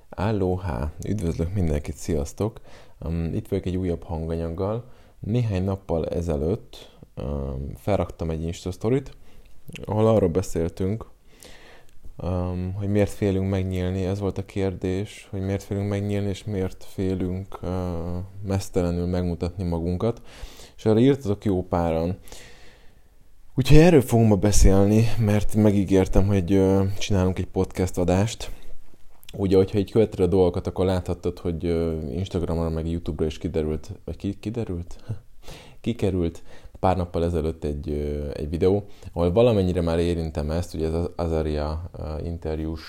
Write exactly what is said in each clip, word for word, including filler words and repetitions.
Aloha! Üdvözlök mindenkit, sziasztok! Um, itt vagyok egy újabb hanganyaggal. Néhány nappal ezelőtt um, felraktam egy Insta sztorit, ahol arról beszéltünk, um, hogy miért félünk megnyílni. Ez volt a kérdés, hogy miért félünk megnyílni, és miért félünk uh, meztelenül megmutatni magunkat. És arra írtatok jó páran. Úgyhogy erről fogunk ma beszélni, mert megígértem, hogy uh, csinálunk egy podcast adást. Ugye, hogyha így követed a dolgokat, akkor láthattad, hogy Instagramon, meg YouTube-ra is kiderült, vagy ki, kiderült? Kikerült pár nappal ezelőtt egy, egy videó, ahol valamennyire már érintem ezt, ugye ez az Azaria interjús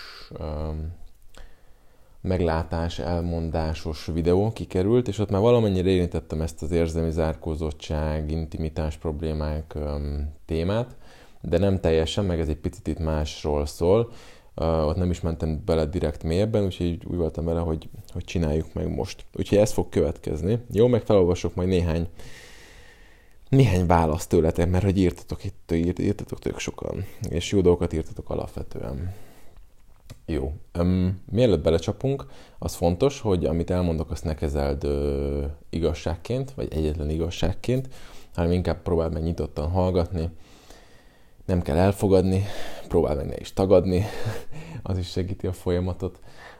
meglátás, elmondásos videó kikerült, és ott már valamennyire érintettem ezt az érzelmi zárkózottság, intimitás problémák témát, de nem teljesen, meg ez egy picit itt másról szól. Uh, ott nem is mentem bele direkt mélyebben, úgyhogy úgy voltam vele, hogy, hogy csináljuk meg most. Úgyhogy ez fog következni. Jó, meg felolvasok majd néhány néhány választ tőletek, mert hogy írtatok itt, írt, írtatok tök sokan, és jó dolgokat írtatok alapvetően. Jó. Um, mielőtt belecsapunk, az fontos, hogy amit elmondok, azt ne kezeld uh, igazságként, vagy egyetlen igazságként, hanem inkább próbáld meg nyitottan hallgatni. Nem kell elfogadni, próbálj meg ne is tagadni, az is segíti a folyamatot.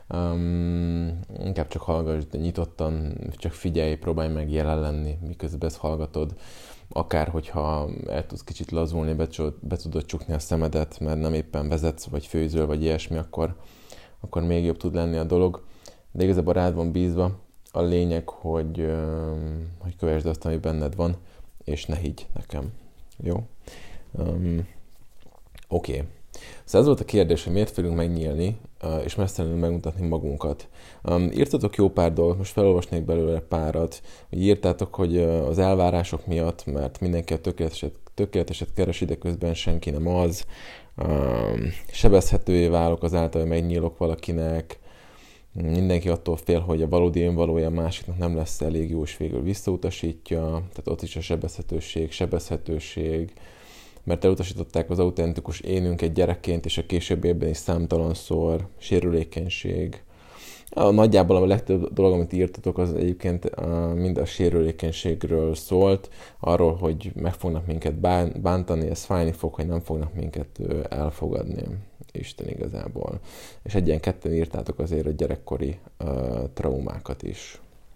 Um, inkább csak hallgass, de nyitottan, csak figyelj, próbálj meg jelen lenni, miközben ezt hallgatod. Akár, hogyha el tudsz kicsit lazulni, be, be tudod csukni a szemedet, mert nem éppen vezetsz, vagy főzöl, vagy ilyesmi, akkor, akkor még jobb tud lenni a dolog. De igazából rád van bízva. A lényeg, hogy, um, hogy kövesd azt, ami benned van, és ne higgy nekem. Jó? Um, Oké. Okay. Szóval ez volt a kérdés, hogy miért félünk megnyílni, uh, és mesztelenül megmutatni magunkat. Um, írtatok jó pár dolgot, most felolvasnék belőle párat. Hogy írtátok, hogy uh, az elvárások miatt, mert mindenki a tökéleteset, tökéleteset keres, de közben senki nem az. Um, sebezhetővé válok azáltal, hogy megnyílok valakinek. Mindenki attól fél, hogy a valódi önvalója másiknak nem lesz elég jó, és végül visszautasítja. Tehát ott is a sebezhetőség, sebezhetőség, mert elutasították az autentikus énünket gyerekként, és a későbbiekben is számtalanszor, sérülékenység. A, nagyjából a legtöbb dolog, amit írtatok, az egyébként a, mind a sérülékenységről szólt, arról, hogy meg fognak minket bántani, ez fájni fog, hogy nem fognak minket elfogadni. Isten igazából. És egy ilyen ketten írtátok azért a gyerekkori uh, traumákat is.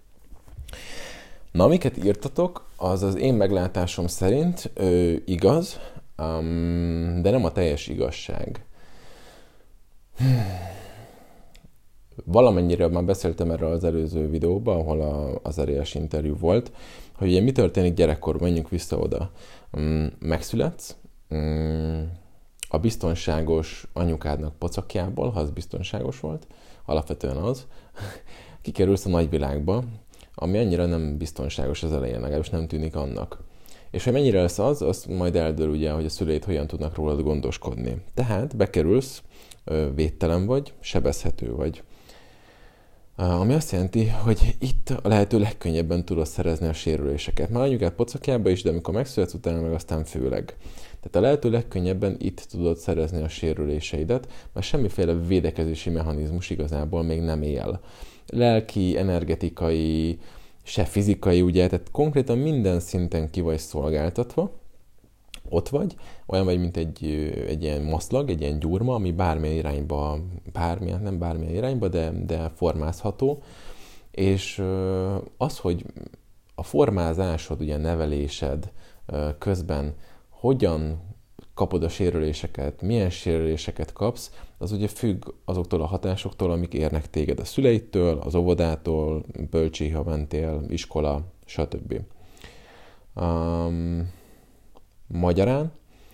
Na, amiket írtatok, az az én meglátásom szerint ö, igaz, um, de nem a teljes igazság. Valamennyire már beszéltem erről az előző videóban, ahol a, az Arias interjú volt, hogy ugye mi történik gyerekkorban, menjünk vissza oda. Um, megszületsz, um, a biztonságos anyukádnak pocakjából, ha az biztonságos volt, alapvetően az, kikerülsz a nagyvilágba, ami annyira nem biztonságos az elején, legalábbis nem tűnik annak. És hogy mennyire lesz az, az majd eldől ugye, hogy a szüleid hogyan tudnak rólad gondoskodni. Tehát bekerülsz, védtelen vagy, sebezhető vagy. Ami azt jelenti, hogy itt a lehető legkönnyebben tudod szerezni a sérüléseket. Már anyukád pocakjába is, de amikor megszületsz, utána meg aztán főleg. Tehát a lehető legkönnyebben itt tudod szerezni a sérüléseidet, mert semmiféle védekezési mechanizmus igazából még nem él. Lelki, energetikai, se fizikai, ugye, tehát konkrétan minden szinten ki vagy szolgáltatva, ott vagy, olyan vagy, mint egy, egy ilyen maszlag, egy ilyen gyurma, ami bármilyen irányba, bármilyen, nem bármilyen irányba, de, de formázható, és az, hogy a formázásod, ugye a nevelésed közben hogyan kapod a sérüléseket, milyen sérüléseket kapsz, az ugye függ azoktól a hatásoktól, amik érnek téged a szüleidtől, az óvodától, bölcsi, ha mentél, iskola, stb. Um, magyarán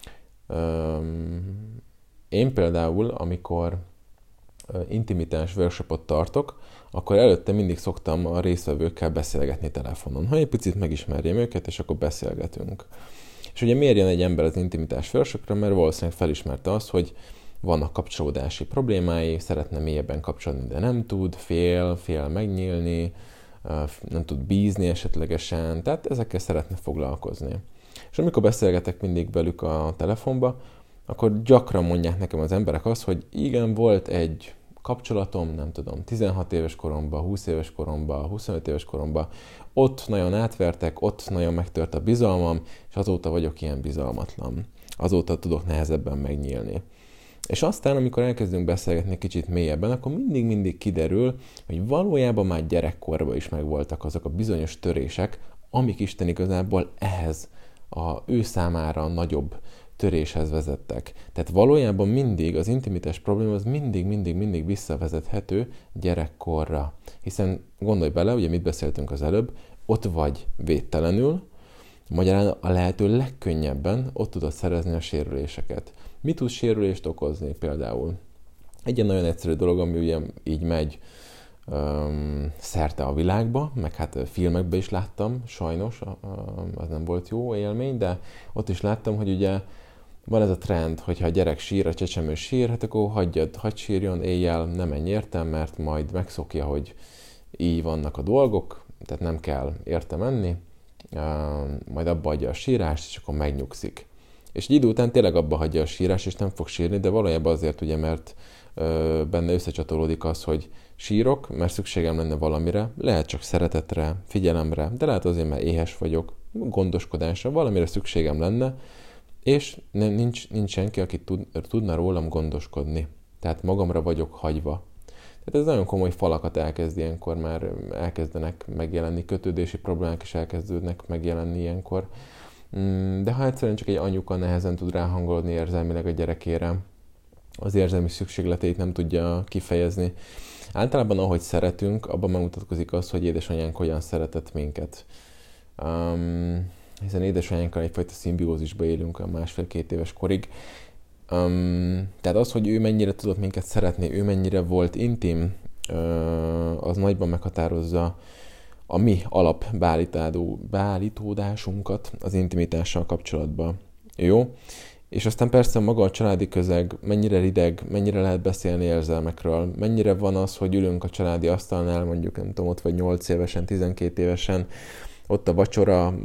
um, én például, amikor uh, intimitás workshopot tartok, akkor előtte mindig szoktam a résztvevőkkel beszélgetni telefonon, ha egy picit megismerjem őket, és akkor beszélgetünk. És ugye miért jön egy ember az intimitás workshopra, mert valószínűleg felismerte azt, hogy vannak kapcsolódási problémái, szeretne mélyebben kapcsolódni, de nem tud, fél, fél megnyílni, nem tud bízni esetlegesen, tehát ezekkel szeretne foglalkozni. És amikor beszélgetek mindig velük a telefonba, akkor gyakran mondják nekem az emberek azt, hogy igen, volt egy kapcsolatom, nem tudom, tizenhat éves koromban, húsz éves koromban, huszonöt éves koromban, ott nagyon átvertek, ott nagyon megtört a bizalmam, és azóta vagyok ilyen bizalmatlan. Azóta tudok nehezebben megnyílni. És aztán, amikor elkezdünk beszélgetni kicsit mélyebben, akkor mindig-mindig kiderül, hogy valójában már gyerekkorban is megvoltak azok a bizonyos törések, amik Isten igazából ehhez a ő számára nagyobb töréshez vezettek. Tehát valójában mindig az intimitás probléma az mindig-mindig-mindig visszavezethető gyerekkorra. Hiszen gondolj bele, ugye mit beszéltünk az előbb, ott vagy védtelenül, magyarán a lehető legkönnyebben ott tudod szerezni a sérüléseket. Mi tud sérülést okozni például? Egy ilyen nagyon egyszerű dolog, ami ugye így megy um, szerte a világba, meg hát filmekben is láttam, sajnos, um, az nem volt jó élmény, de ott is láttam, hogy ugye van ez a trend, hogyha a gyerek sír, a csecsemő sír, hát akkor hagyjad, hagyj sírjon éjjel, nem menj értem, mert majd megszokja, hogy így vannak a dolgok, tehát nem kell érte menni, um, majd abba adja a sírást, és akkor megnyugszik. És egy idő után tényleg abba hagyja a sírás, és nem fog sírni, de valójában azért ugye, mert ö, benne összecsatolódik az, hogy sírok, mert szükségem lenne valamire, lehet csak szeretetre, figyelemre, de lehet azért, mert éhes vagyok, gondoskodásra, valamire szükségem lenne, és nem, nincs, nincs senki, aki tud, tudna rólam gondoskodni. Tehát magamra vagyok hagyva. Tehát ez nagyon komoly falakat elkezd ilyenkor, már elkezdenek megjelenni, kötődési problémák is elkezdődnek megjelenni ilyenkor. De ha egyszerűen csak egy anyuka nehezen tud ráhangolódni érzelmileg a gyerekére, az érzelmi szükségleteit nem tudja kifejezni. Általában ahogy szeretünk, abban megmutatkozik az, hogy édesanyánk hogyan szeretett minket. Um, hiszen édesanyánkkal egyfajta szimbiózisba élünk a másfél-két éves korig. Um, tehát az, hogy ő mennyire tudott minket szeretni, ő mennyire volt intim, uh, az nagyban meghatározza a mi alap beállítódásunkat az intimitással kapcsolatban. Jó? És aztán persze maga a családi közeg, mennyire rideg, mennyire lehet beszélni érzelmekről, mennyire van az, hogy ülünk a családi asztalnál, mondjuk nem tudom, ott vagy nyolc évesen, tizenkét évesen, ott a vacsora, a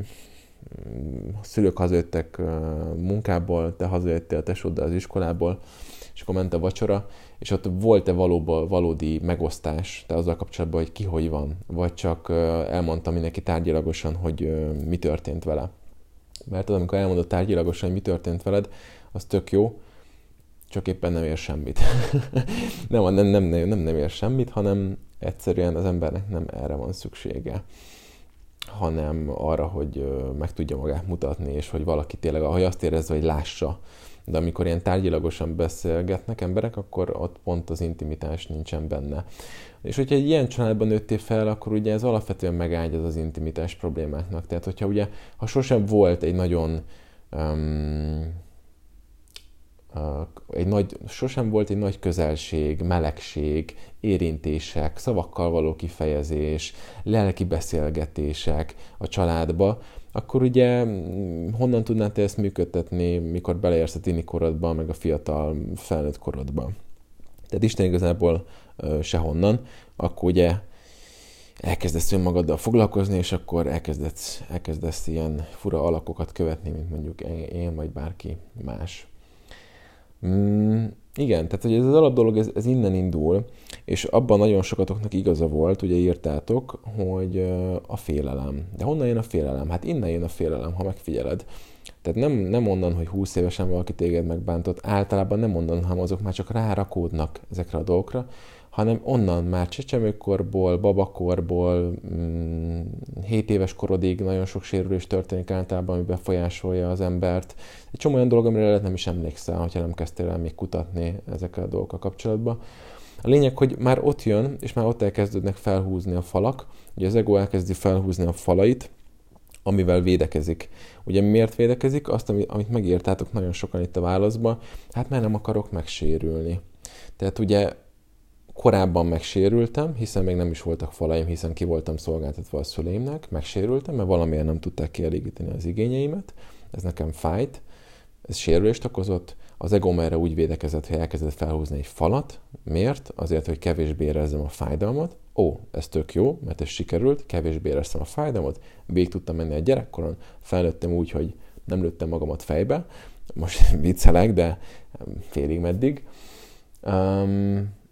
szülők hazajöttek munkából, te hazajöttél tesóddal az iskolából, és akkor ment a vacsora, és ott volt-e valóban valódi megosztás, te azzal kapcsolatban, hogy ki hogy van, vagy csak elmondta mindenki tárgyilagosan, hogy mi történt vele. Mert az, amikor elmondod tárgyilagosan, hogy mi történt veled, az tök jó, csak éppen nem ér semmit. nem, nem, nem, nem, nem, nem ér semmit, hanem egyszerűen az embernek nem erre van szüksége, hanem arra, hogy meg tudja magát mutatni, és hogy valaki tényleg, ahogy azt érezze, hogy lássa. De amikor ilyen tárgyilagosan beszélgetnek emberek, akkor ott pont az intimitás nincsen benne. És hogyha egy ilyen családban nőttél fel, akkor ugye ez alapvetően megágyaz az intimitás problémáknak. Tehát, hogyha ugye, ha sosem volt egy nagyon um, egy nagy, sosem volt egy nagy közelség, melegség, érintések, szavakkal való kifejezés, lelki beszélgetések a családba, akkor ugye honnan tudnád te ezt működtetni, mikor beleérsz a tini korodba, meg a fiatal felnőtt korodba. Tehát Isten igazából sehonnan, akkor ugye elkezdesz önmagaddal foglalkozni, és akkor elkezdesz, elkezdesz ilyen fura alakokat követni, mint mondjuk én, vagy bárki más. Mm, igen, tehát hogy ez az alapdolog, ez, ez innen indul, és abban nagyon sokatoknak igaza volt, ugye írtátok, hogy a félelem. De honnan jön a félelem? Hát innen jön a félelem, ha megfigyeled. Tehát nem, nem onnan, hogy húsz évesen valaki téged megbántott, általában nem onnan, hanem azok már csak rárakódnak ezekre a dolgokra, hanem onnan már csecsemőkorból, babakorból, hét éves korodig nagyon sok sérülés történik általában, ami befolyásolja az embert. Egy csomó olyan dolog, amire lehet nem is emlékszel, hogyha nem kezdtél el még kutatni ezekkel a dolgokkal kapcsolatban. A lényeg, hogy már ott jön, és már ott elkezdődnek felhúzni a falak. Ugye az ego elkezdi felhúzni a falait, amivel védekezik. Ugye miért védekezik? Azt, amit megírtátok nagyon sokan itt a válaszban, hát mert nem akarok megsérülni. Tehát ugye korábban megsérültem, hiszen még nem is voltak falaim, hiszen ki voltam szolgáltatva a szüleimnek, megsérültem, mert valamiért nem tudták kielégíteni az igényeimet, ez nekem fájt, ez sérülést okozott, az egóm erre úgy védekezett, hogy elkezdett felhúzni egy falat. Miért? Azért, hogy kevésbé érezzem a fájdalmat. Ó, ez tök jó, mert ez sikerült, kevésbé éreztem a fájdalmat, végig tudtam menni a gyerekkoron, felnőttem úgy, hogy nem lőttem magamat fejbe, most viccelek, de félig meddig. Um,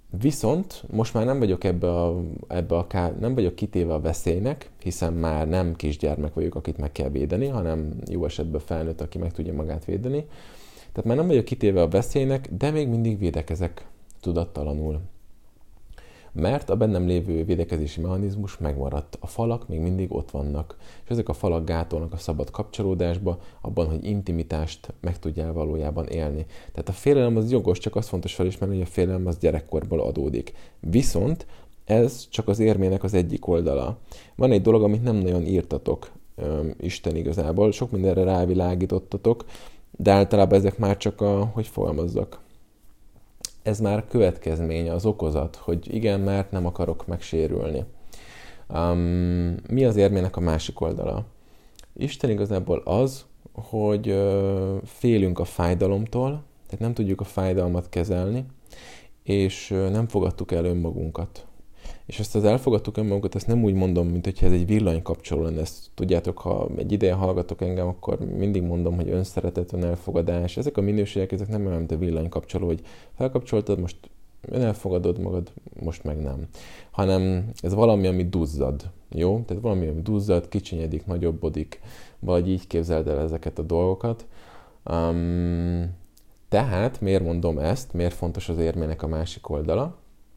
Viszont most már nem vagyok ebbe a, ebbe a nem vagyok kitéve a veszélynek, hiszen már nem kisgyermek vagyok, akit meg kell védeni, hanem jó esetben felnőtt, aki meg tudja magát védeni. Tehát már nem vagyok kitéve a veszélynek, de még mindig védekezek tudattalanul. Mert a bennem lévő védekezési mechanizmus megmaradt. A falak még mindig ott vannak. És ezek a falak gátolnak a szabad kapcsolódásba, abban, hogy intimitást meg tudjál valójában élni. Tehát a félelem az jogos, csak az fontos felismerni, hogy a félelem az gyerekkorból adódik. Viszont ez csak az érmének az egyik oldala. Van egy dolog, amit nem nagyon írtatok, Isten igazából. Sok mindenre rávilágítottatok, de általában ezek már csak a, hogy fogalmazzak. Ez már következménye, az okozat, hogy igen, mert nem akarok megsérülni. Um, mi az érmének a másik oldala? Isten igazából az, hogy uh, félünk a fájdalomtól, tehát nem tudjuk a fájdalmat kezelni, és uh, nem fogadtuk el önmagunkat. És ezt az elfogadtuk önmagunkat, ezt nem úgy mondom, mint hogyha ez egy villanykapcsoló lenne. Ezt tudjátok, ha egy ideje hallgatok engem, akkor mindig mondom, hogy önszeretet, önelfogadás. Ezek a minőségek, ezek nem olyan, mint a villanykapcsoló, hogy felkapcsoltad, most önelfogadod magad, most meg nem. Hanem ez valami, ami duzzad. Jó? Tehát valami, ami duzzad, kicsinyedik, nagyobbodik, vagy így képzeld el ezeket a dolgokat. Um, tehát miért mondom ezt? Miért fontos az érmének a másik oldala?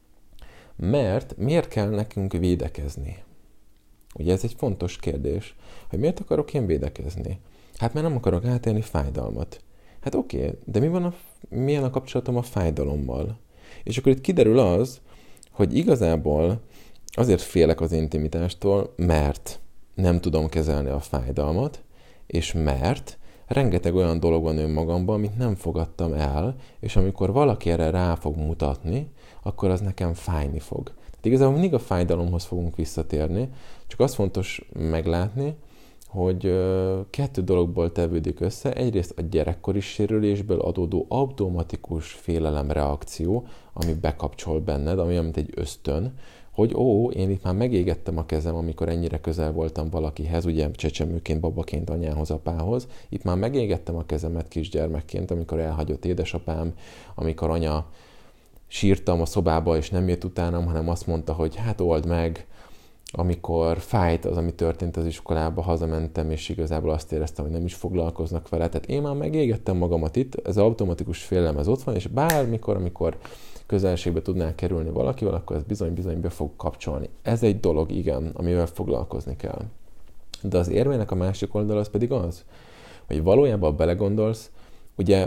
Mert miért kell nekünk védekezni? Ugye ez egy fontos kérdés, hogy miért akarok én védekezni? Hát mert nem akarok átélni fájdalmat. Hát oké, okay, de mi van a, milyen a kapcsolatom a fájdalommal? És akkor itt kiderül az, hogy igazából azért félek az intimitástól, mert nem tudom kezelni a fájdalmat, és mert rengeteg olyan dolog van önmagamban, amit nem fogadtam el, és amikor valaki erre rá fog mutatni, akkor az nekem fájni fog. Tehát igazából mindig a fájdalomhoz fogunk visszatérni, csak az fontos meglátni, hogy kettő dologból tevődik össze. Egyrészt a gyerekkori sérülésből adódó automatikus félelemreakció, ami bekapcsol benned, ami mint egy ösztön, hogy ó, én itt már megégettem a kezem, amikor ennyire közel voltam valakihez, ugye csecsemőként, babaként, anyához, apához. Itt már megégettem a kezemet kisgyermekként, amikor elhagyott édesapám, amikor anya sírtam a szobába, és nem jött utánam, hanem azt mondta, hogy hát old meg, amikor fájt az, ami történt az iskolába, hazamentem, és igazából azt éreztem, hogy nem is foglalkoznak vele. Tehát én már megégettem magamat itt, ez az automatikus félelem, ez ott van, és bármikor, amikor közelségbe tudnál kerülni valakivel, akkor ez bizony-bizony be fog kapcsolni. Ez egy dolog, igen, amivel foglalkozni kell. De az érmének a másik oldal az pedig az, hogy valójában belegondolsz, ugye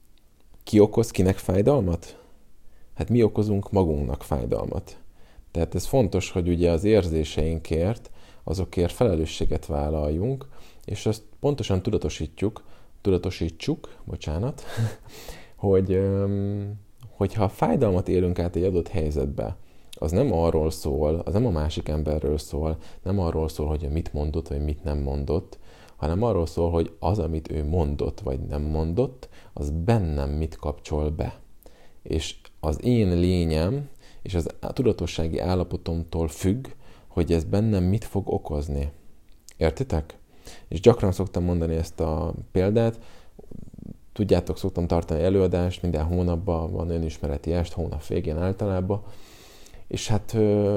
ki okoz kinek fájdalmat? Hát mi okozunk magunknak fájdalmat. Tehát ez fontos, hogy ugye az érzéseinkért, azokért felelősséget vállaljunk, és azt pontosan tudatosítjuk, tudatosítsuk, bocsánat, hogy hogyha a fájdalmat élünk át egy adott helyzetbe, az nem arról szól, az nem a másik emberről szól, nem arról szól, hogy mit mondott, vagy mit nem mondott, hanem arról szól, hogy az, amit ő mondott, vagy nem mondott, az bennem mit kapcsol be. És az én lényem, és az a tudatossági állapotomtól függ, hogy ez bennem mit fog okozni. Értitek? És gyakran szoktam mondani ezt a példát, tudjátok, szoktam tartani előadást, minden hónapban van önismereti est, hónap végén általában, és hát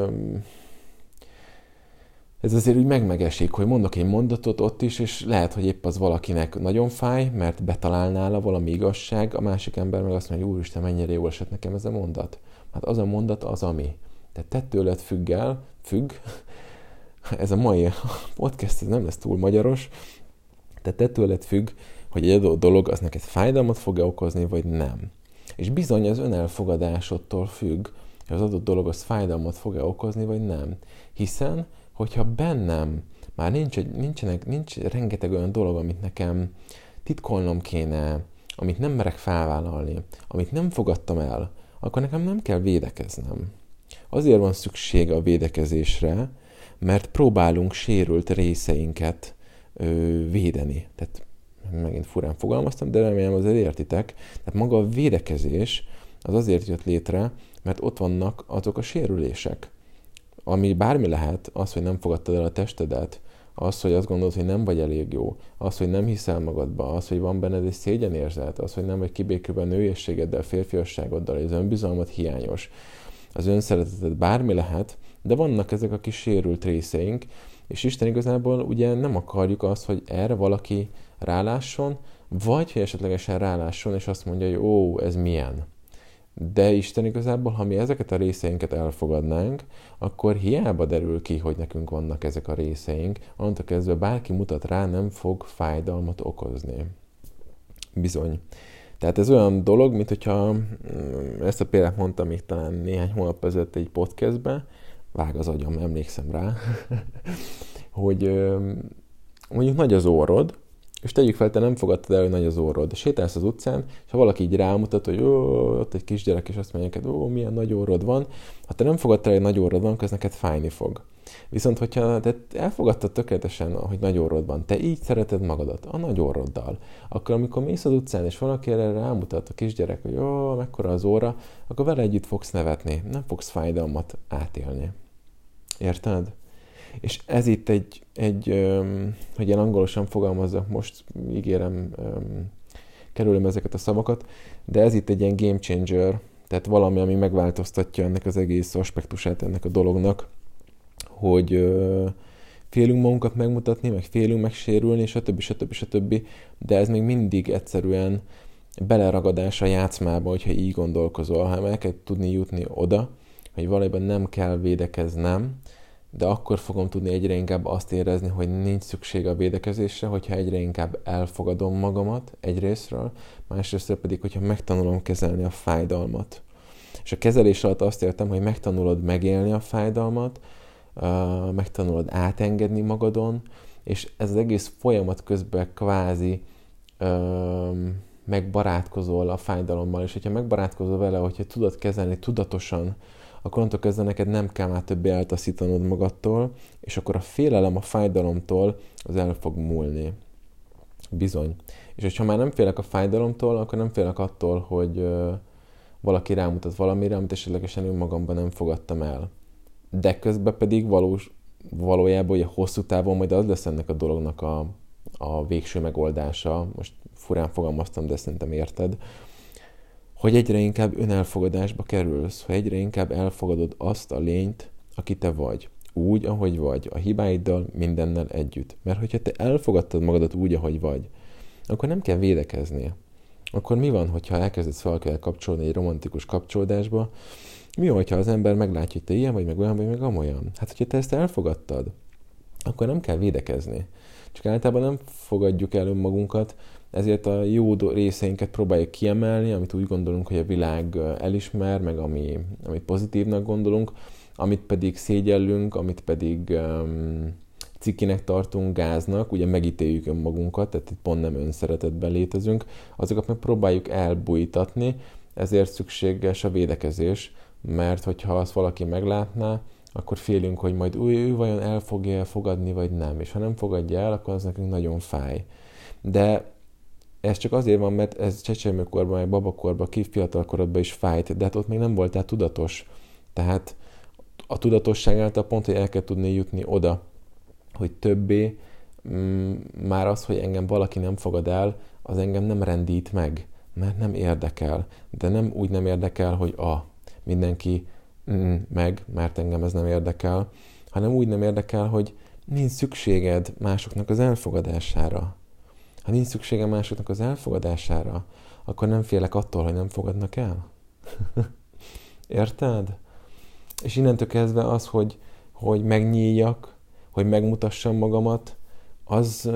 ez azért úgy megmegesik, hogy mondok egy mondatot ott is, és lehet, hogy épp az valakinek nagyon fáj, mert betalál nála valami igazság, a másik ember meg azt mondja, hogy úristen, mennyire jól esett nekem ez a mondat. Hát az a mondat az, ami. Tehát te tőled függ el, függ, ez a mai podcast, ez nem lesz túl magyaros, tehát te tőled függ, hogy egy adott dolog az neked fájdalmat fog-e okozni, vagy nem. És bizony az önelfogadásodtól függ, hogy az adott dolog az fájdalmat fog-e okozni, vagy nem. Hiszen, hogyha bennem már nincs, egy, nincsenek, nincs rengeteg olyan dolog, amit nekem titkolnom kéne, amit nem merek felvállalni, amit nem fogadtam el, akkor nekem nem kell védekeznem. Azért van szükség a védekezésre, mert próbálunk sérült részeinket ö, védeni. Tehát megint furán fogalmaztam, de remélem azért értitek. Tehát maga a védekezés az azért jött létre, mert ott vannak azok a sérülések. Ami bármi lehet, az, hogy nem fogadtad el a testedet, az, hogy azt gondolod, hogy nem vagy elég jó, az, hogy nem hiszel magadba, az, hogy van benned egy szégyenérzet, az, hogy nem vagy kibékülve a nőiességeddel, férfiasságoddal, az önbizalmat hiányos. az önszereteted, bármi lehet, de vannak ezek a kis sérült részeink, és Isten igazából ugye nem akarjuk azt, hogy erre valaki rálásson, vagy hogy esetlegesen rálásson, és azt mondja, hogy ó, ez milyen. De Isten igazából, ha mi ezeket a részeinket elfogadnánk, akkor hiába derül ki, hogy nekünk vannak ezek a részeink, onnantól kezdve bárki mutat rá, nem fog fájdalmat okozni. Bizony. Tehát ez olyan dolog, mint hogyha ezt a példát mondtam még talán néhány hónap ezelőtt egy podcastben, vág az agyam, emlékszem rá, hogy mondjuk nagy az orrod, és tegyük fel, te nem fogadtad el, hogy nagy az orrod. Sétálsz az utcán, és ha valaki így rámutat, hogy ó, ott egy kisgyerek, és azt mondja neked, ó, milyen nagy orrod van, ha te nem fogadtad el, hogy nagy orrod van, akkor ez neked fájni fog. Viszont, hogyha te elfogadtad tökéletesen, hogy nagy orrod van, te így szereted magadat, a nagy orroddal, akkor amikor mész az utcán, és valaki erre rámutat, a kisgyerek, hogy ó, mekkora az orra, akkor vele együtt fogsz nevetni, nem fogsz fájdalmat átélni. Érted? És ez itt egy, egy öm, hogy én angolosan fogalmazzak, most ígérem, öm, kerülöm ezeket a szavakat, de ez itt egy ilyen game changer, tehát valami, ami megváltoztatja ennek az egész aspektusát ennek a dolognak, hogy ö, félünk magunkat megmutatni, meg félünk megsérülni, stb. stb. stb. De ez még mindig egyszerűen beleragadás a játszmába, hogyha így gondolkozol, ha el kell tudni jutni oda, hogy valójában nem kell védekeznem, de akkor fogom tudni egyre inkább azt érezni, hogy nincs szükség a védekezésre, hogyha egyre inkább elfogadom magamat egyrészről, másrésztről pedig, hogyha megtanulom kezelni a fájdalmat. És a kezelés alatt azt értem, hogy megtanulod megélni a fájdalmat, uh, megtanulod átengedni magadon, és ez az egész folyamat közben kvázi uh, megbarátkozol a fájdalommal, és hogyha megbarátkozol vele, hogyha tudod kezelni tudatosan, akkor onnantól kezdve neked nem kell már többé eltaszítanod magadtól, és akkor a félelem a fájdalomtól az el fog múlni. Bizony. És hogyha már nem félek a fájdalomtól, akkor nem félek attól, hogy ö, valaki rámutat valamire, amit esetlegesen önmagamban nem fogadtam el. De közben pedig valós, valójában ugye hosszú távon majd az lesz ennek a dolognak a, a végső megoldása. Most furán fogalmaztam, de szerintem érted, hogy egyre inkább önelfogadásba kerülsz, hogy egyre inkább elfogadod azt a lényt, aki te vagy. Úgy, ahogy vagy, a hibáiddal, mindennel együtt. Mert hogyha te elfogadtad magadat úgy, ahogy vagy, akkor nem kell védekezni. Akkor mi van, hogyha elkezdesz valakivel kapcsolni egy romantikus kapcsolódásba? Mi van, hogyha az ember meglátja, hogy te ilyen vagy, meg olyan vagy, meg amolyan? Hát, hogyha te ezt elfogadtad, akkor nem kell védekezni. Csak általában nem fogadjuk el önmagunkat, ezért a jó részeinket próbáljuk kiemelni, amit úgy gondolunk, hogy a világ elismer, meg ami, amit pozitívnak gondolunk, amit pedig szégyellünk, amit pedig um, cikinek tartunk, gáznak, ugye megítéljük önmagunkat, tehát itt pont nem önszeretetben létezünk, azokat meg próbáljuk elbújtatni, ezért szükséges a védekezés, mert hogyha azt valaki meglátná, akkor félünk, hogy majd ő, ő vajon el fogja fogadni, vagy nem. És ha nem fogadja el, akkor az nekünk nagyon fáj. De ez csak azért van, mert ez csecsemőkorban, meg babakorban, ki fiatalkorodban is fájt, de hát ott még nem voltál tudatos. Tehát a tudatosság által pont, hogy el kell tudni jutni oda, hogy többé mm, már az, hogy engem valaki nem fogad el, az engem nem rendít meg, mert nem érdekel. De nem úgy nem érdekel, hogy a mindenki mm, meg, mert engem ez nem érdekel, hanem úgy nem érdekel, hogy nincs szükséged másoknak az elfogadására. Ha nincs szüksége másoknak az elfogadására, akkor nem félek attól, hogy nem fogadnak el. Érted? És innentől kezdve az, hogy, hogy megnyíljak, hogy megmutassam magamat, az,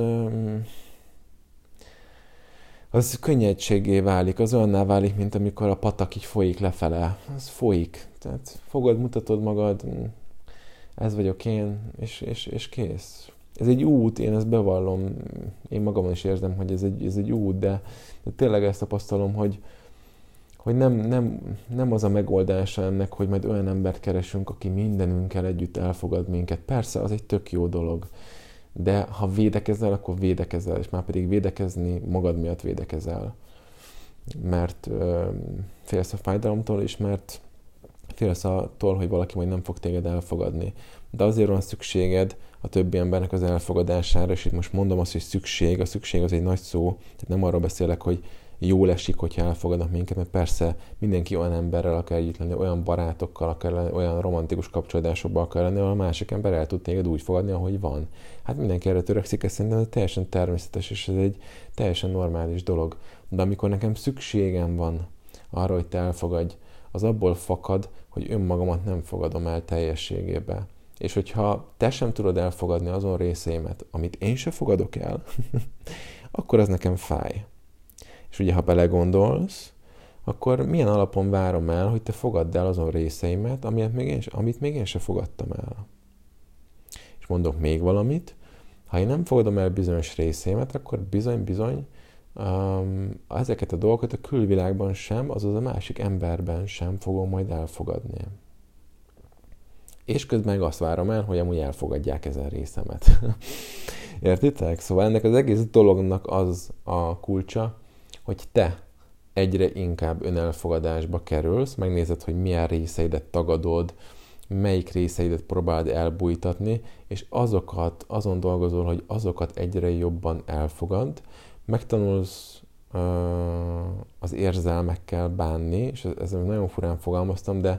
az könnyedségé válik, az olyanná válik, mint amikor a patak így folyik lefele. Az folyik. Tehát fogod, mutatod magad, ez vagyok én, és, és, és kész. Ez egy út, én ezt bevallom, én magamon is érzem, hogy ez egy, ez egy út, de, de tényleg ezt tapasztalom, hogy, hogy nem, nem, nem az a megoldása ennek, hogy majd olyan embert keresünk, aki mindenünkkel együtt elfogad minket. Persze, az egy tök jó dolog, de ha védekezel, akkor védekezel, és már pedig védekezni magad miatt védekezel. Mert ö, félsz a fájdalomtól, és mert félsz attól, hogy valaki majd nem fog téged elfogadni. De azért van szükséged a többi embernek az elfogadására, és itt most mondom azt, hogy szükség, a szükség az egy nagy szó, tehát nem arról beszélek, hogy jól esik, hogyha elfogadnak minket, mert persze mindenki olyan emberrel akar együtt lenni, olyan barátokkal akar lenni, olyan romantikus kapcsolódásokban akar lenni, ahol a másik ember el tud téged úgy fogadni, ahogy van. Hát mindenki erre törekszik, ez szerintem ez teljesen természetes, és ez egy teljesen normális dolog. De amikor nekem szükségem van arra, hogy te elfogadj, az abból fakad, hogy önmagamat nem fogadom el teljességébe. És hogyha te sem tudod elfogadni azon részeimet, amit én se fogadok el, akkor az nekem fáj. És ugye, ha belegondolsz, akkor milyen alapon várom el, hogy te fogadd el azon részeimet, amit még én, amit még én se fogadtam el. És mondok még valamit, ha én nem fogadom el bizonyos részeimet, akkor bizony-bizony um, ezeket a dolgokat a külvilágban sem, azaz a másik emberben sem fogom majd elfogadni. És közben meg azt várom el, hogy amúgy elfogadják ezen részemet. Értitek? Szóval ennek az egész dolognak az a kulcsa, hogy te egyre inkább önelfogadásba kerülsz, megnézed, hogy milyen részeidet tagadod, melyik részeidet próbálod elbújtatni, és azokat, azon dolgozol, hogy azokat egyre jobban elfogad, megtanulsz uh, az érzelmekkel bánni, és ezzel nagyon furán fogalmaztam, de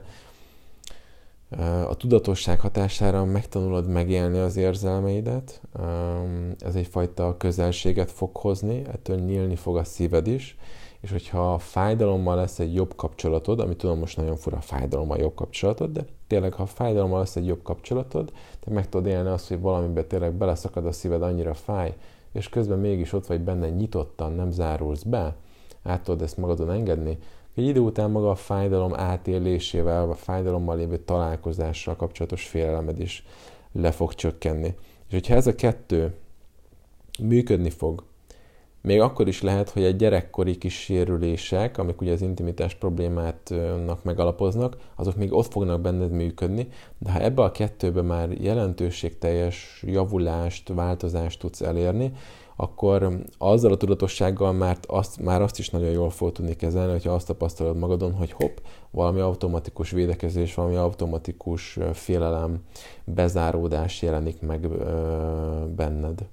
a tudatosság hatására megtanulod megélni az érzelmeidet, ez egyfajta közelséget fog hozni, ettől nyílni fog a szíved is, és hogyha a fájdalommal lesz egy jobb kapcsolatod, ami tudom most nagyon fura, a fájdalommal jobb kapcsolatod, de tényleg, ha a fájdalommal lesz egy jobb kapcsolatod, te meg tudod élni azt, hogy valamiben tényleg beleszakad a szíved, annyira fáj, és közben mégis ott vagy benne nyitottan, nem zárulsz be, át tudod ezt magadon engedni, egy idő után maga a fájdalom átélésével, a fájdalommal lévő találkozással kapcsolatos félelmed is le fog csökkenni. És hogyha ez a kettő működni fog, még akkor is lehet, hogy a gyerekkori kis sérülések, amik ugye az intimitás problémátnak megalapoznak, azok még ott fognak benned működni, de ha ebbe a kettőbe már jelentőségteljes javulást, változást tudsz elérni, akkor azzal a tudatossággal már azt, már azt is nagyon jól fog tudni kezelni, hogyha azt tapasztalod magadon, hogy hopp, valami automatikus védekezés, valami automatikus félelem, bezáródás jelenik meg benned.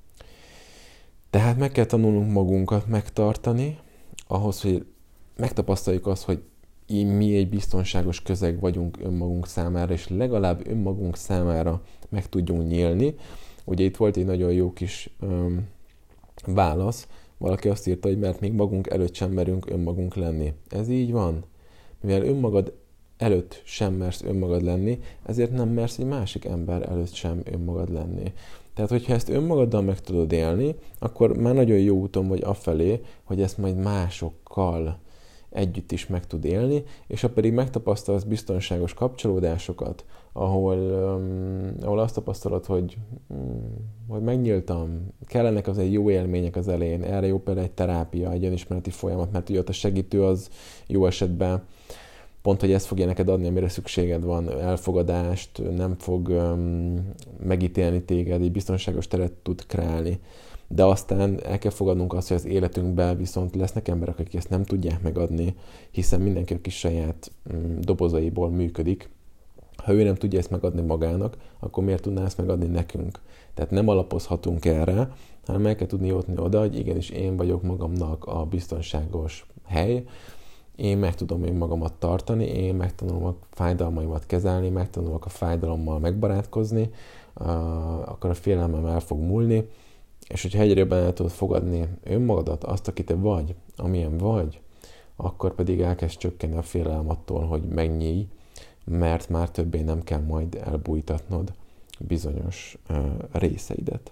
Tehát meg kell tanulnunk magunkat megtartani, ahhoz, hogy megtapasztaljuk azt, hogy mi egy biztonságos közeg vagyunk önmagunk számára, és legalább önmagunk számára meg tudjunk nyílni. Ugye itt volt egy nagyon jó kis öm, válasz, valaki azt írta, hogy mert még magunk előtt sem merünk önmagunk lenni. Ez így van. Mivel önmagad előtt sem mersz önmagad lenni, ezért nem mersz egy másik ember előtt sem önmagad lenni. Tehát, hogyha ezt önmagaddal meg tudod élni, akkor már nagyon jó úton vagy afelé, hogy ezt majd másokkal együtt is meg tud élni, és ha pedig megtapasztalsz biztonságos kapcsolódásokat, ahol, um, ahol azt tapasztalod, hogy, um, hogy megnyíltam, kellenek az egy jó élmények az elején, erre jó például egy terápia, egy önismereti folyamat, mert ugye ott a segítő az jó esetben pont, hogy ezt fogja neked adni, amire szükséged van, elfogadást, nem fog um, megítélni téged, egy biztonságos teret tud kreálni. De aztán el kell fogadnunk azt, hogy az életünkben viszont lesznek emberek, akik ezt nem tudják megadni, hiszen mindenki a kis saját um, dobozaiból működik. Ha ő nem tudja ezt megadni magának, akkor miért tudná ezt megadni nekünk? Tehát nem alapozhatunk erre, hanem el kell tudni jutni oda, hogy igenis én vagyok magamnak a biztonságos hely, én meg tudom én magamat tartani, én megtanulom a fájdalmaimat kezelni, megtanulok a fájdalommal megbarátkozni, akkor a félelmem el fog múlni, és hogyha egyre jobban el tudod fogadni önmagadat, azt, aki te vagy, amilyen vagy, akkor pedig elkezd csökkenni a félelem attól, hogy megnyílj, mert már többé nem kell majd elbújtatnod bizonyos uh, részeidet.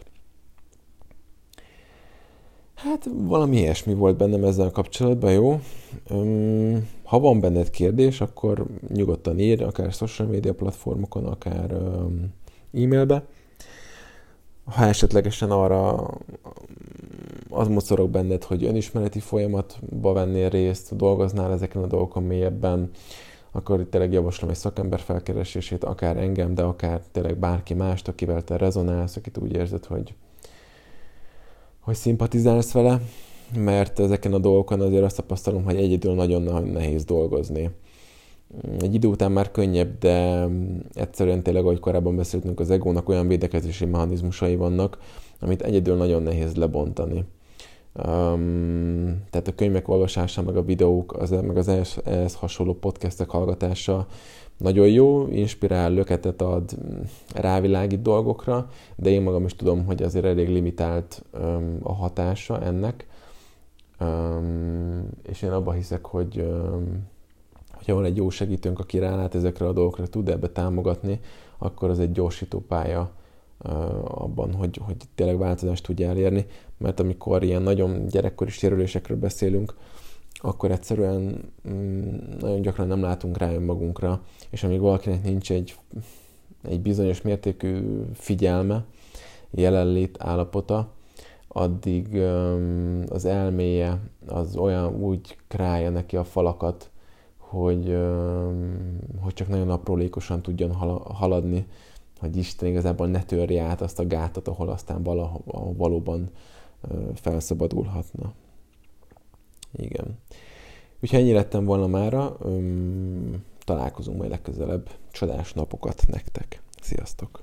Hát valami ilyesmi volt bennem ezzel kapcsolatban, jó? Um, ha van benned kérdés, akkor nyugodtan írj, akár social media platformokon, akár um, e-mailbe. Ha esetlegesen arra az mocorog benned, hogy önismereti folyamatba vennél részt, dolgoznál ezeken a dolgokon mélyebben, akkor itt tényleg javaslom egy szakember felkeresését, akár engem, de akár tényleg bárki mást, akivel te rezonálsz, akit úgy érzed, hogy, hogy szimpatizálsz vele, mert ezeken a dolgokon azért azt tapasztalom, hogy egyedül nagyon nehéz dolgozni. Egy idő után már könnyebb, de egyszerűen tényleg, ahogy korábban beszéltünk, az egónak olyan védekezési mechanizmusai vannak, amit egyedül nagyon nehéz lebontani. Um, tehát a könyvek olvasása, meg a videók, az, meg az ehhez, ehhez hasonló podcastek hallgatása nagyon jó, inspirál, löketet ad, rávilágít dolgokra, de én magam is tudom, hogy azért elég limitált um, a hatása ennek, um, és én abban hiszek, hogy um, hogyha van egy jó segítőnk, aki rálát ezekre a dolgokra, tud ebbe támogatni, akkor az egy gyorsító pálya uh, abban, hogy, hogy tényleg változást tudja elérni, mert amikor ilyen nagyon gyerekkori sérülésekről beszélünk, akkor egyszerűen mm, nagyon gyakran nem látunk rá önmagunkra, és amíg valakinek nincs egy, egy bizonyos mértékű figyelme, jelenlét állapota, addig um, az elméje az olyan úgy králja neki a falakat, hogy, um, hogy csak nagyon aprólékosan tudjon haladni, hogy Isten igazából ne törje át azt a gátat, ahol aztán vala, valóban uh, felszabadulhatna. Igen. Úgyhogy ennyi lettem volna mára. Um, találkozunk majd legközelebb. Csodás napokat nektek. Sziasztok!